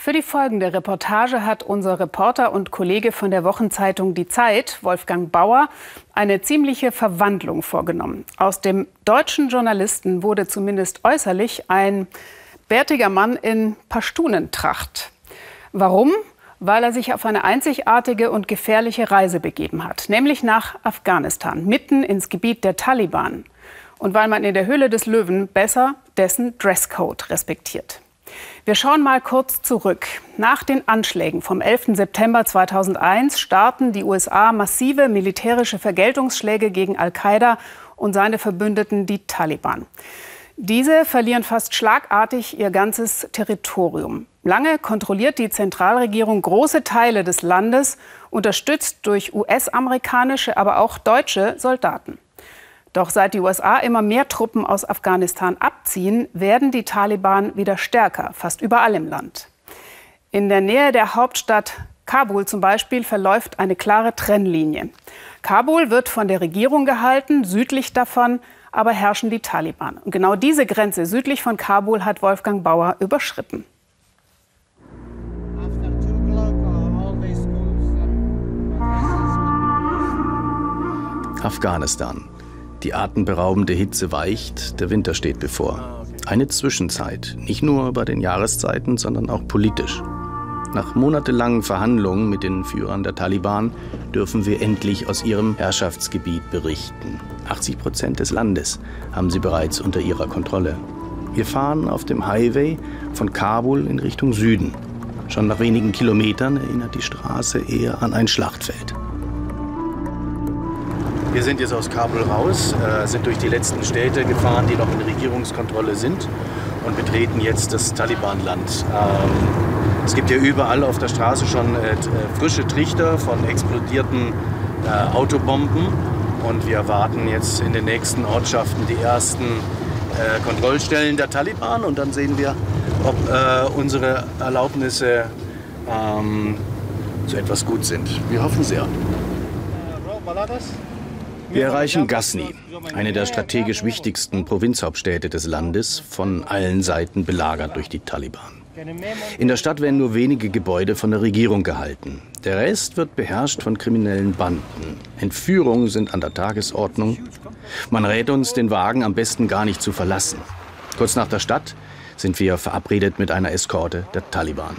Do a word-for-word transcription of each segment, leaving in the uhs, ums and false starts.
Für die folgende Reportage hat unser Reporter und Kollege von der Wochenzeitung Die Zeit, Wolfgang Bauer, eine ziemliche Verwandlung vorgenommen. Aus dem deutschen Journalisten wurde zumindest äußerlich ein bärtiger Mann in Paschtunentracht. Warum? Weil er sich auf eine einzigartige und gefährliche Reise begeben hat, nämlich nach Afghanistan, mitten ins Gebiet der Taliban. Und weil man in der Höhle des Löwen besser dessen Dresscode respektiert. Wir schauen mal kurz zurück. Nach den Anschlägen vom elften September zweitausendeins starten die U S A massive militärische Vergeltungsschläge gegen Al-Qaida und seine Verbündeten, die Taliban. Diese verlieren fast schlagartig ihr ganzes Territorium. Lange kontrolliert die Zentralregierung große Teile des Landes, unterstützt durch U S-amerikanische, aber auch deutsche Soldaten. Doch seit die U S A immer mehr Truppen aus Afghanistan abziehen, werden die Taliban wieder stärker, fast überall im Land. In der Nähe der Hauptstadt Kabul zum Beispiel verläuft eine klare Trennlinie. Kabul wird von der Regierung gehalten, südlich davon aber herrschen die Taliban. Und genau diese Grenze südlich von Kabul hat Wolfgang Bauer überschritten. Afghanistan. Die atemberaubende Hitze weicht, der Winter steht bevor. Eine Zwischenzeit, nicht nur bei den Jahreszeiten, sondern auch politisch. Nach monatelangen Verhandlungen mit den Führern der Taliban dürfen wir endlich aus ihrem Herrschaftsgebiet berichten. achtzig Prozent des Landes haben sie bereits unter ihrer Kontrolle. Wir fahren auf dem Highway von Kabul in Richtung Süden. Schon nach wenigen Kilometern erinnert die Straße eher an ein Schlachtfeld. Wir sind jetzt aus Kabul raus, äh, sind durch die letzten Städte gefahren, die noch in Regierungskontrolle sind und betreten jetzt das Talibanland. Ähm, es gibt ja überall auf der Straße schon äh, frische Trichter von explodierten äh, Autobomben und wir erwarten jetzt in den nächsten Ortschaften die ersten äh, Kontrollstellen der Taliban und dann sehen wir, ob äh, unsere Erlaubnisse ähm, zu etwas gut sind. Wir hoffen sehr. Wir erreichen Ghazni, eine der strategisch wichtigsten Provinzhauptstädte des Landes, von allen Seiten belagert durch die Taliban. In der Stadt werden nur wenige Gebäude von der Regierung gehalten. Der Rest wird beherrscht von kriminellen Banden. Entführungen sind an der Tagesordnung. Man rät uns, den Wagen am besten gar nicht zu verlassen. Kurz nach der Stadt sind wir verabredet mit einer Eskorte der Taliban.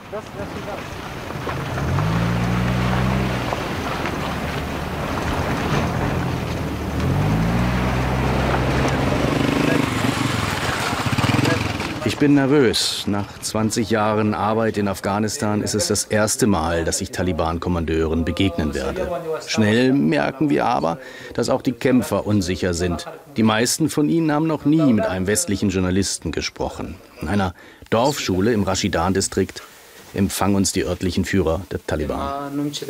Ich bin nervös. Nach zwanzig Jahren Arbeit in Afghanistan ist es das erste Mal, dass ich Taliban-Kommandeuren begegnen werde. Schnell merken wir aber, dass auch die Kämpfer unsicher sind. Die meisten von ihnen haben noch nie mit einem westlichen Journalisten gesprochen. In einer Dorfschule im Rashidan-Distrikt empfangen uns die örtlichen Führer der Taliban.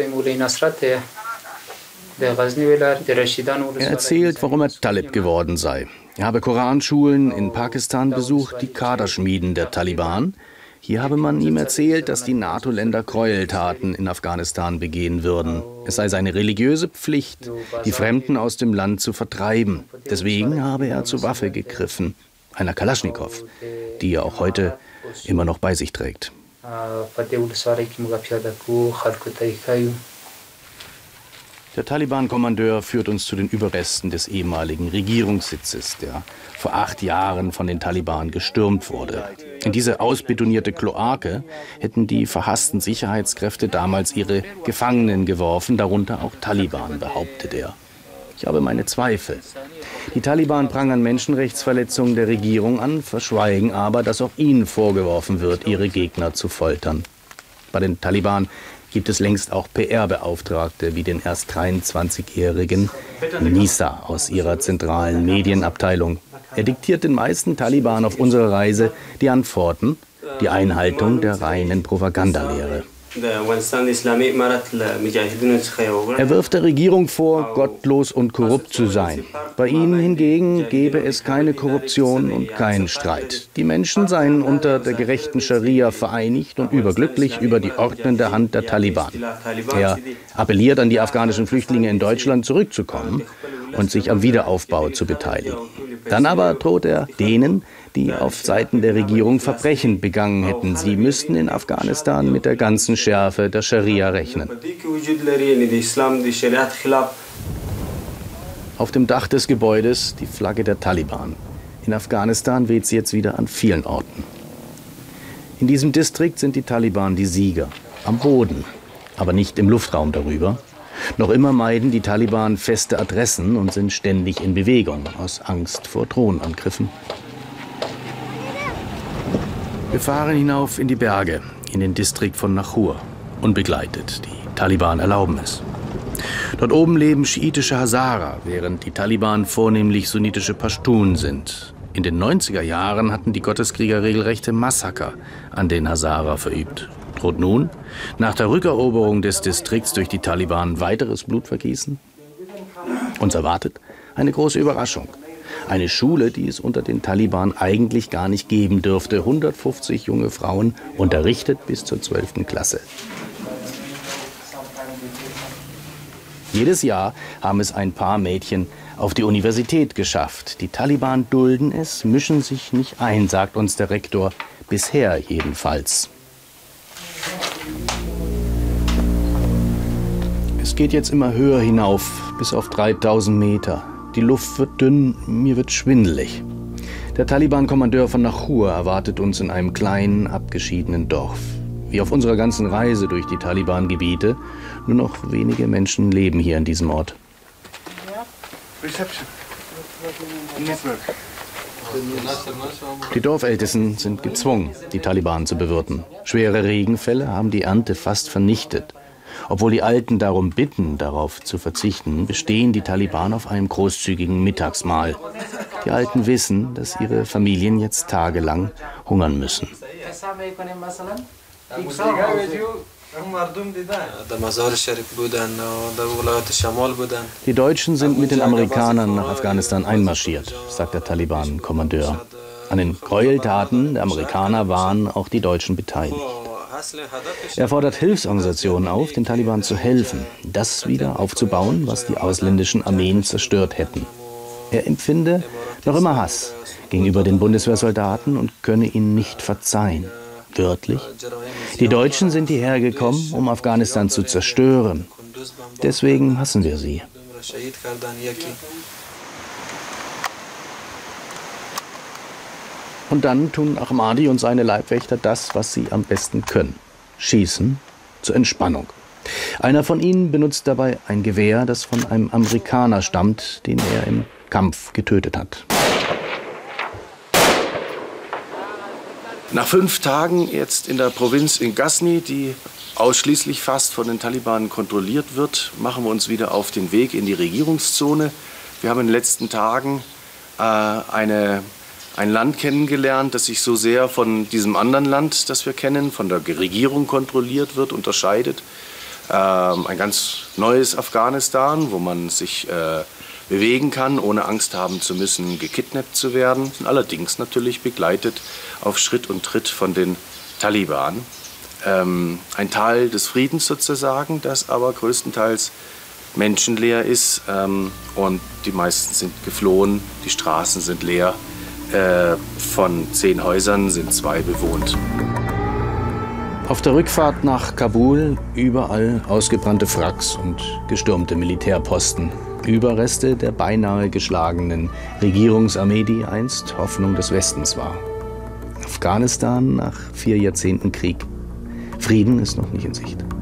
Er erzählt, warum er Talib geworden sei. Er habe Koranschulen in Pakistan besucht, die Kaderschmieden der Taliban. Hier habe man ihm erzählt, dass die NATO-Länder Gräueltaten in Afghanistan begehen würden. Es sei seine religiöse Pflicht, die Fremden aus dem Land zu vertreiben. Deswegen habe er zur Waffe gegriffen, einer Kalaschnikow, die er auch heute immer noch bei sich trägt. Der Taliban-Kommandeur führt uns zu den Überresten des ehemaligen Regierungssitzes, der vor acht Jahren von den Taliban gestürmt wurde. In diese ausbetonierte Kloake hätten die verhassten Sicherheitskräfte damals ihre Gefangenen geworfen, darunter auch Taliban, behauptet er. Ich habe meine Zweifel. Die Taliban prangern Menschenrechtsverletzungen der Regierung an, verschweigen aber, dass auch ihnen vorgeworfen wird, ihre Gegner zu foltern. Bei den Taliban gibt es längst auch P R-Beauftragte wie den erst dreiundzwanzigjährigen Nisa aus ihrer zentralen Medienabteilung. Er diktiert den meisten Taliban auf unserer Reise die Antworten, die Einhaltung der reinen Propagandalehre. Er wirft der Regierung vor, gottlos und korrupt zu sein. Bei ihnen hingegen gäbe es keine Korruption und keinen Streit. Die Menschen seien unter der gerechten Scharia vereinigt und überglücklich über die ordnende Hand der Taliban. Er appelliert an die afghanischen Flüchtlinge in Deutschland zurückzukommen und sich am Wiederaufbau zu beteiligen. Dann aber droht er denen, die auf Seiten der Regierung Verbrechen begangen hätten. Sie müssten in Afghanistan mit der ganzen Schärfe der Scharia rechnen. Auf dem Dach des Gebäudes die Flagge der Taliban. In Afghanistan weht sie jetzt wieder an vielen Orten. In diesem Distrikt sind die Taliban die Sieger. Am Boden, aber nicht im Luftraum darüber. Noch immer meiden die Taliban feste Adressen und sind ständig in Bewegung, aus Angst vor Drohnenangriffen. Wir fahren hinauf in die Berge, in den Distrikt von Nachur, unbegleitet. Die Taliban erlauben es. Dort oben leben schiitische Hazara, während die Taliban vornehmlich sunnitische Pashtun sind. In den neunziger Jahren hatten die Gotteskrieger regelrechte Massaker an den Hazara verübt. Droht nun, nach der Rückeroberung des Distrikts durch die Taliban, weiteres Blutvergießen? Uns erwartet eine große Überraschung. Eine Schule, die es unter den Taliban eigentlich gar nicht geben dürfte. hundertfünfzig junge Frauen, unterrichtet bis zur zwölften Klasse. Jedes Jahr haben es ein paar Mädchen auf die Universität geschafft. Die Taliban dulden es, mischen sich nicht ein, sagt uns der Rektor. Bisher jedenfalls. Es geht jetzt immer höher hinauf, bis auf dreitausend Meter. Die Luft wird dünn, mir wird schwindelig. Der Taliban-Kommandeur von Nachur erwartet uns in einem kleinen, abgeschiedenen Dorf. Wie auf unserer ganzen Reise durch die Taliban-Gebiete, nur noch wenige Menschen leben hier in diesem Ort. Die Dorfältesten sind gezwungen, die Taliban zu bewirten. Schwere Regenfälle haben die Ernte fast vernichtet. Obwohl die Alten darum bitten, darauf zu verzichten, bestehen die Taliban auf einem großzügigen Mittagsmahl. Die Alten wissen, dass ihre Familien jetzt tagelang hungern müssen. Die Deutschen sind mit den Amerikanern nach Afghanistan einmarschiert, sagt der Taliban-Kommandeur. An den Gräueltaten der Amerikaner waren auch die Deutschen beteiligt. Er fordert Hilfsorganisationen auf, den Taliban zu helfen, das wieder aufzubauen, was die ausländischen Armeen zerstört hätten. Er empfinde noch immer Hass gegenüber den Bundeswehrsoldaten und könne ihnen nicht verzeihen. Wörtlich: Die Deutschen sind hierher gekommen, um Afghanistan zu zerstören. Deswegen hassen wir sie. Und dann tun Ahmadi und seine Leibwächter das, was sie am besten können: Schießen zur Entspannung. Einer von ihnen benutzt dabei ein Gewehr, das von einem Amerikaner stammt, den er im Kampf getötet hat. Nach fünf Tagen jetzt in der Provinz in Ghazni, die ausschließlich fast von den Taliban kontrolliert wird, machen wir uns wieder auf den Weg in die Regierungszone. Wir haben in den letzten Tagen äh, eine, ein Land kennengelernt, das sich so sehr von diesem anderen Land, das wir kennen, von der Regierung kontrolliert wird, unterscheidet. Ähm, ein ganz neues Afghanistan, wo man sich äh, bewegen kann, ohne Angst haben zu müssen, gekidnappt zu werden. Allerdings natürlich begleitet auf Schritt und Tritt von den Taliban. Ähm, ein Teil des Friedens sozusagen, das aber größtenteils menschenleer ist. Ähm, und die meisten sind geflohen, die Straßen sind leer. Äh, von zehn Häusern sind zwei bewohnt. Auf der Rückfahrt nach Kabul überall ausgebrannte Wracks und gestürmte Militärposten. Überreste der beinahe geschlagenen Regierungsarmee, die einst Hoffnung des Westens war. Afghanistan nach vier Jahrzehnten Krieg. Frieden ist noch nicht in Sicht.